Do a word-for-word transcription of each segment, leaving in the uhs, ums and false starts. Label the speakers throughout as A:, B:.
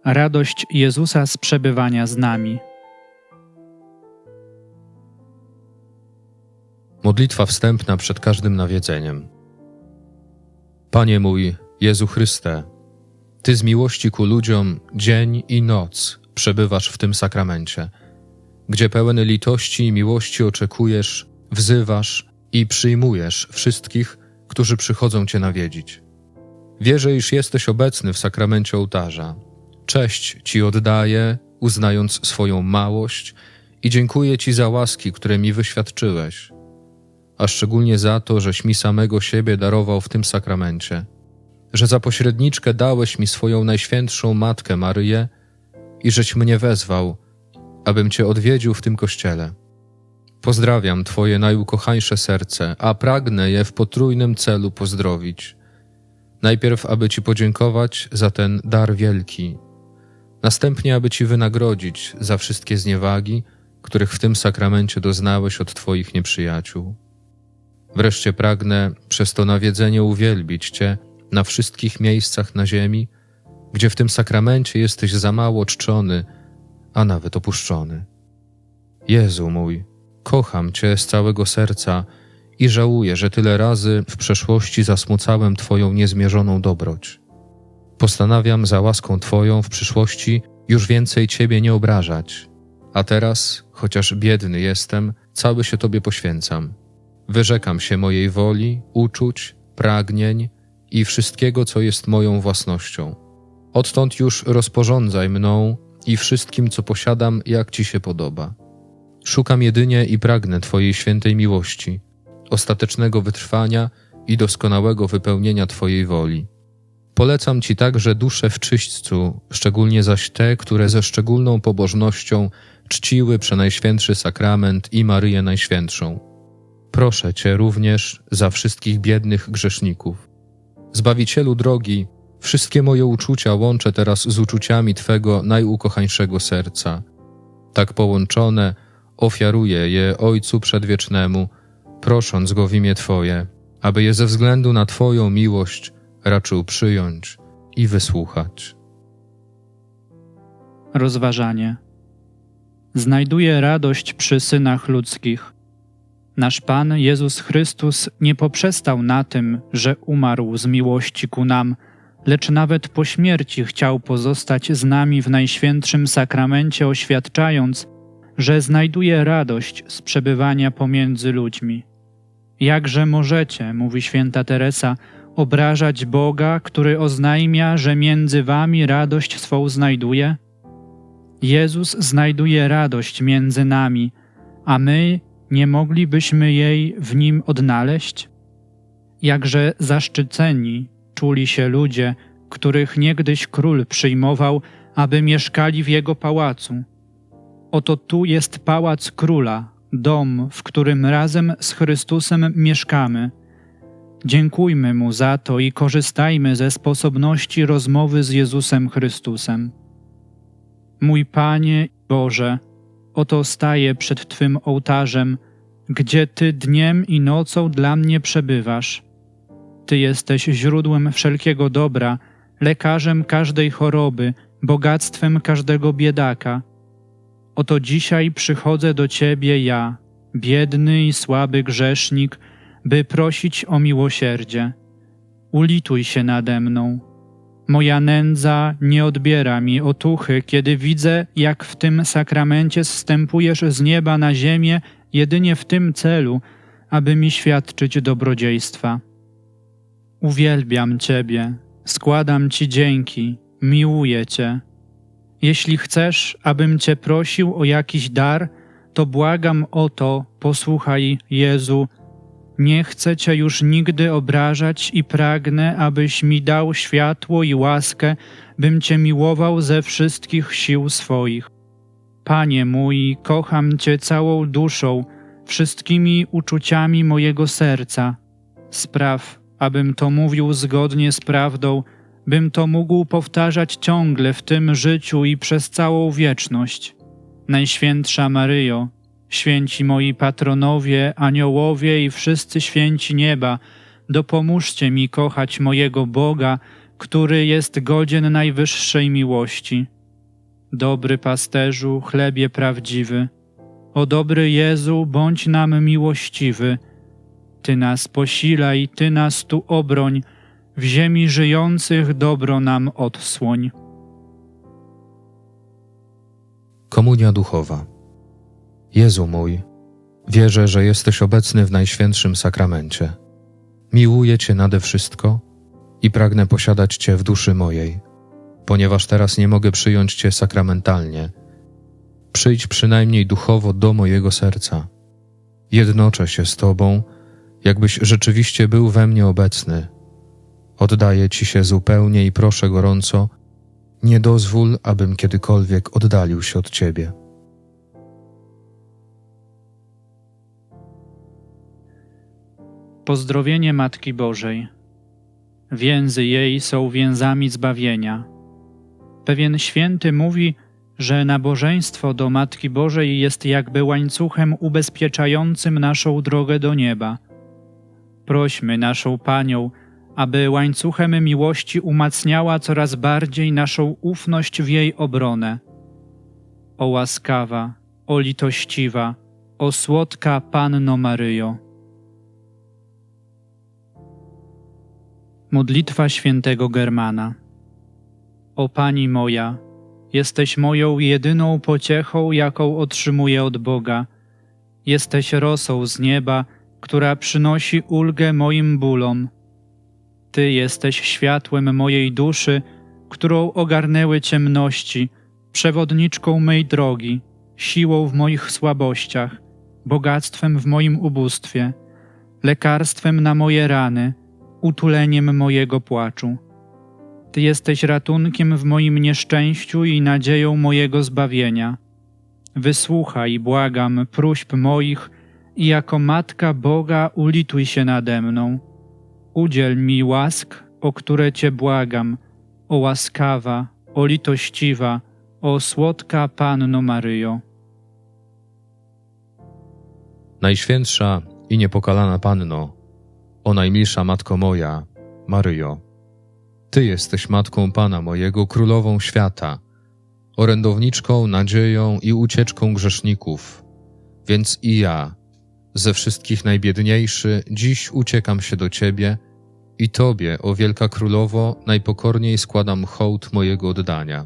A: Radość Jezusa z przebywania z nami.
B: Modlitwa wstępna przed każdym nawiedzeniem. Panie mój, Jezu Chryste, Ty z miłości ku ludziom dzień i noc przebywasz w tym sakramencie, gdzie pełen litości i miłości oczekujesz, wzywasz i przyjmujesz wszystkich, którzy przychodzą Cię nawiedzić. Wierzę, iż jesteś obecny w sakramencie ołtarza. Cześć Ci oddaję, uznając swoją małość i dziękuję Ci za łaski, które mi wyświadczyłeś, a szczególnie za to, żeś mi samego siebie darował w tym sakramencie, że za pośredniczkę dałeś mi swoją najświętszą Matkę Maryję i żeś mnie wezwał, abym Cię odwiedził w tym kościele. Pozdrawiam Twoje najukochańsze serce, a pragnę je w potrójnym celu pozdrowić. Najpierw, aby Ci podziękować za ten dar wielki, następnie, aby Ci wynagrodzić za wszystkie zniewagi, których w tym sakramencie doznałeś od Twoich nieprzyjaciół. Wreszcie pragnę przez to nawiedzenie uwielbić Cię na wszystkich miejscach na ziemi, gdzie w tym sakramencie jesteś za mało czczony, a nawet opuszczony. Jezu mój, kocham Cię z całego serca i żałuję, że tyle razy w przeszłości zasmucałem Twoją niezmierzoną dobroć. Postanawiam za łaską Twoją w przyszłości już więcej Ciebie nie obrażać, a teraz, chociaż biedny jestem, cały się Tobie poświęcam. Wyrzekam się mojej woli, uczuć, pragnień i wszystkiego, co jest moją własnością. Odtąd już rozporządzaj mną i wszystkim, co posiadam, jak Ci się podoba. Szukam jedynie i pragnę Twojej świętej miłości, ostatecznego wytrwania i doskonałego wypełnienia Twojej woli. Polecam Ci także dusze w czyśćcu, szczególnie zaś te, które ze szczególną pobożnością czciły Przenajświętszy Sakrament i Maryję Najświętszą. Proszę Cię również za wszystkich biednych grzeszników. Zbawicielu drogi, wszystkie moje uczucia łączę teraz z uczuciami Twego najukochańszego serca. Tak połączone ofiaruję je Ojcu Przedwiecznemu, prosząc Go w imię Twoje, aby je ze względu na Twoją miłość raczył przyjąć i wysłuchać.
A: Rozważanie. Znajduję radość przy synach ludzkich. Nasz Pan Jezus Chrystus nie poprzestał na tym, że umarł z miłości ku nam, lecz nawet po śmierci chciał pozostać z nami w Najświętszym Sakramencie, oświadczając, że znajduje radość z przebywania pomiędzy ludźmi. Jakże możecie, mówi święta Teresa, obrażać Boga, który oznajmia, że między wami radość swą znajduje? Jezus znajduje radość między nami, a my nie moglibyśmy jej w Nim odnaleźć? Jakże zaszczyceni czuli się ludzie, których niegdyś król przyjmował, aby mieszkali w jego pałacu. Oto tu jest pałac króla, dom, w którym razem z Chrystusem mieszkamy. Dziękujmy Mu za to i korzystajmy ze sposobności rozmowy z Jezusem Chrystusem. Mój Panie Boże, oto staję przed Twym ołtarzem, gdzie Ty dniem i nocą dla mnie przebywasz. Ty jesteś źródłem wszelkiego dobra, lekarzem każdej choroby, bogactwem każdego biedaka. Oto dzisiaj przychodzę do Ciebie ja, biedny i słaby grzesznik, by prosić o miłosierdzie. Ulituj się nade mną. Moja nędza nie odbiera mi otuchy, kiedy widzę, jak w tym sakramencie zstępujesz z nieba na ziemię jedynie w tym celu, aby mi świadczyć dobrodziejstwa. Uwielbiam Ciebie, składam Ci dzięki, miłuję Cię. Jeśli chcesz, abym Cię prosił o jakiś dar, to błagam o to, posłuchaj, Jezu, nie chcę Cię już nigdy obrażać i pragnę, abyś mi dał światło i łaskę, bym Cię miłował ze wszystkich sił swoich. Panie mój, kocham Cię całą duszą, wszystkimi uczuciami mojego serca. Spraw, abym to mówił zgodnie z prawdą, bym to mógł powtarzać ciągle w tym życiu i przez całą wieczność. Najświętsza Maryjo, święci moi patronowie, aniołowie i wszyscy święci nieba, dopomóżcie mi kochać mojego Boga, który jest godzien najwyższej miłości. Dobry pasterzu, chlebie prawdziwy, o dobry Jezu, bądź nam miłościwy. Ty nas posilaj, Ty nas tu obroń, w ziemi żyjących dobro nam odsłoń.
B: Komunia duchowa. Jezu mój, wierzę, że jesteś obecny w Najświętszym Sakramencie. Miłuję Cię nade wszystko i pragnę posiadać Cię w duszy mojej, ponieważ teraz nie mogę przyjąć Cię sakramentalnie. Przyjdź przynajmniej duchowo do mojego serca. Jednoczę się z Tobą, jakbyś rzeczywiście był we mnie obecny. Oddaję Ci się zupełnie i proszę gorąco, nie dozwól, abym kiedykolwiek oddalił się od Ciebie.
A: Pozdrowienie Matki Bożej. Więzy jej są więzami zbawienia. Pewien święty mówi, że nabożeństwo do Matki Bożej jest jakby łańcuchem ubezpieczającym naszą drogę do nieba. Prośmy naszą Panią, aby łańcuchem miłości umacniała coraz bardziej naszą ufność w jej obronę. O łaskawa, o litościwa, o słodka Panno Maryjo. Modlitwa świętego Germana. O Pani moja, jesteś moją jedyną pociechą, jaką otrzymuję od Boga. Jesteś rosą z nieba, która przynosi ulgę moim bólom. Ty jesteś światłem mojej duszy, którą ogarnęły ciemności, przewodniczką mej drogi, siłą w moich słabościach, bogactwem w moim ubóstwie, lekarstwem na moje rany, utuleniem mojego płaczu. Ty jesteś ratunkiem w moim nieszczęściu i nadzieją mojego zbawienia. Wysłuchaj, błagam, próśb moich i jako Matka Boga ulituj się nade mną. Udziel mi łask, o które Cię błagam, o łaskawa, o litościwa, o słodka Panno Maryjo.
B: Najświętsza i niepokalana Panno, o najmilsza Matko moja, Maryjo. Ty jesteś Matką Pana mojego, Królową świata, orędowniczką, nadzieją i ucieczką grzeszników. Więc i ja, ze wszystkich najbiedniejszy, dziś uciekam się do Ciebie i Tobie, o wielka Królowo, najpokorniej składam hołd mojego oddania.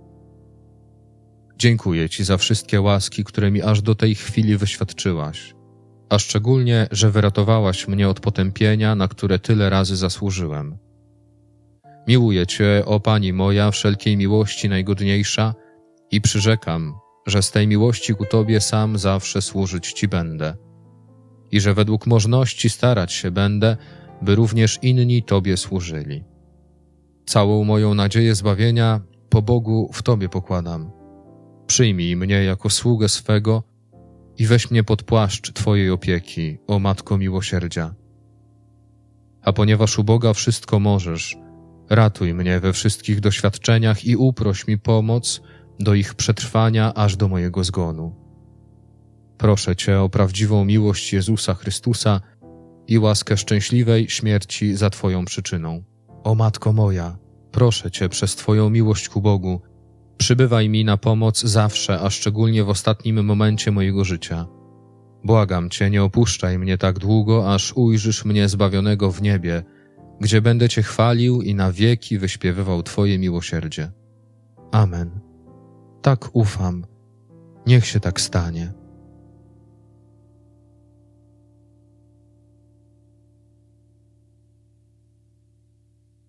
B: Dziękuję Ci za wszystkie łaski, które mi aż do tej chwili wyświadczyłaś, a szczególnie, że wyratowałaś mnie od potępienia, na które tyle razy zasłużyłem. Miłuję Cię, o Pani moja, wszelkiej miłości najgodniejsza i przyrzekam, że z tej miłości ku Tobie sam zawsze służyć Ci będę i że według możności starać się będę, by również inni Tobie służyli. Całą moją nadzieję zbawienia po Bogu w Tobie pokładam. Przyjmij mnie jako sługę swego i weź mnie pod płaszcz Twojej opieki, o Matko miłosierdzia. A ponieważ u Boga wszystko możesz, ratuj mnie we wszystkich doświadczeniach i uproś mi pomoc do ich przetrwania aż do mojego zgonu. Proszę Cię o prawdziwą miłość Jezusa Chrystusa i łaskę szczęśliwej śmierci za Twoją przyczyną. O Matko moja, proszę Cię przez Twoją miłość ku Bogu, przybywaj mi na pomoc zawsze, a szczególnie w ostatnim momencie mojego życia. Błagam Cię, nie opuszczaj mnie tak długo, aż ujrzysz mnie zbawionego w niebie, gdzie będę Cię chwalił i na wieki wyśpiewywał Twoje miłosierdzie. Amen. Tak ufam. Niech się tak stanie.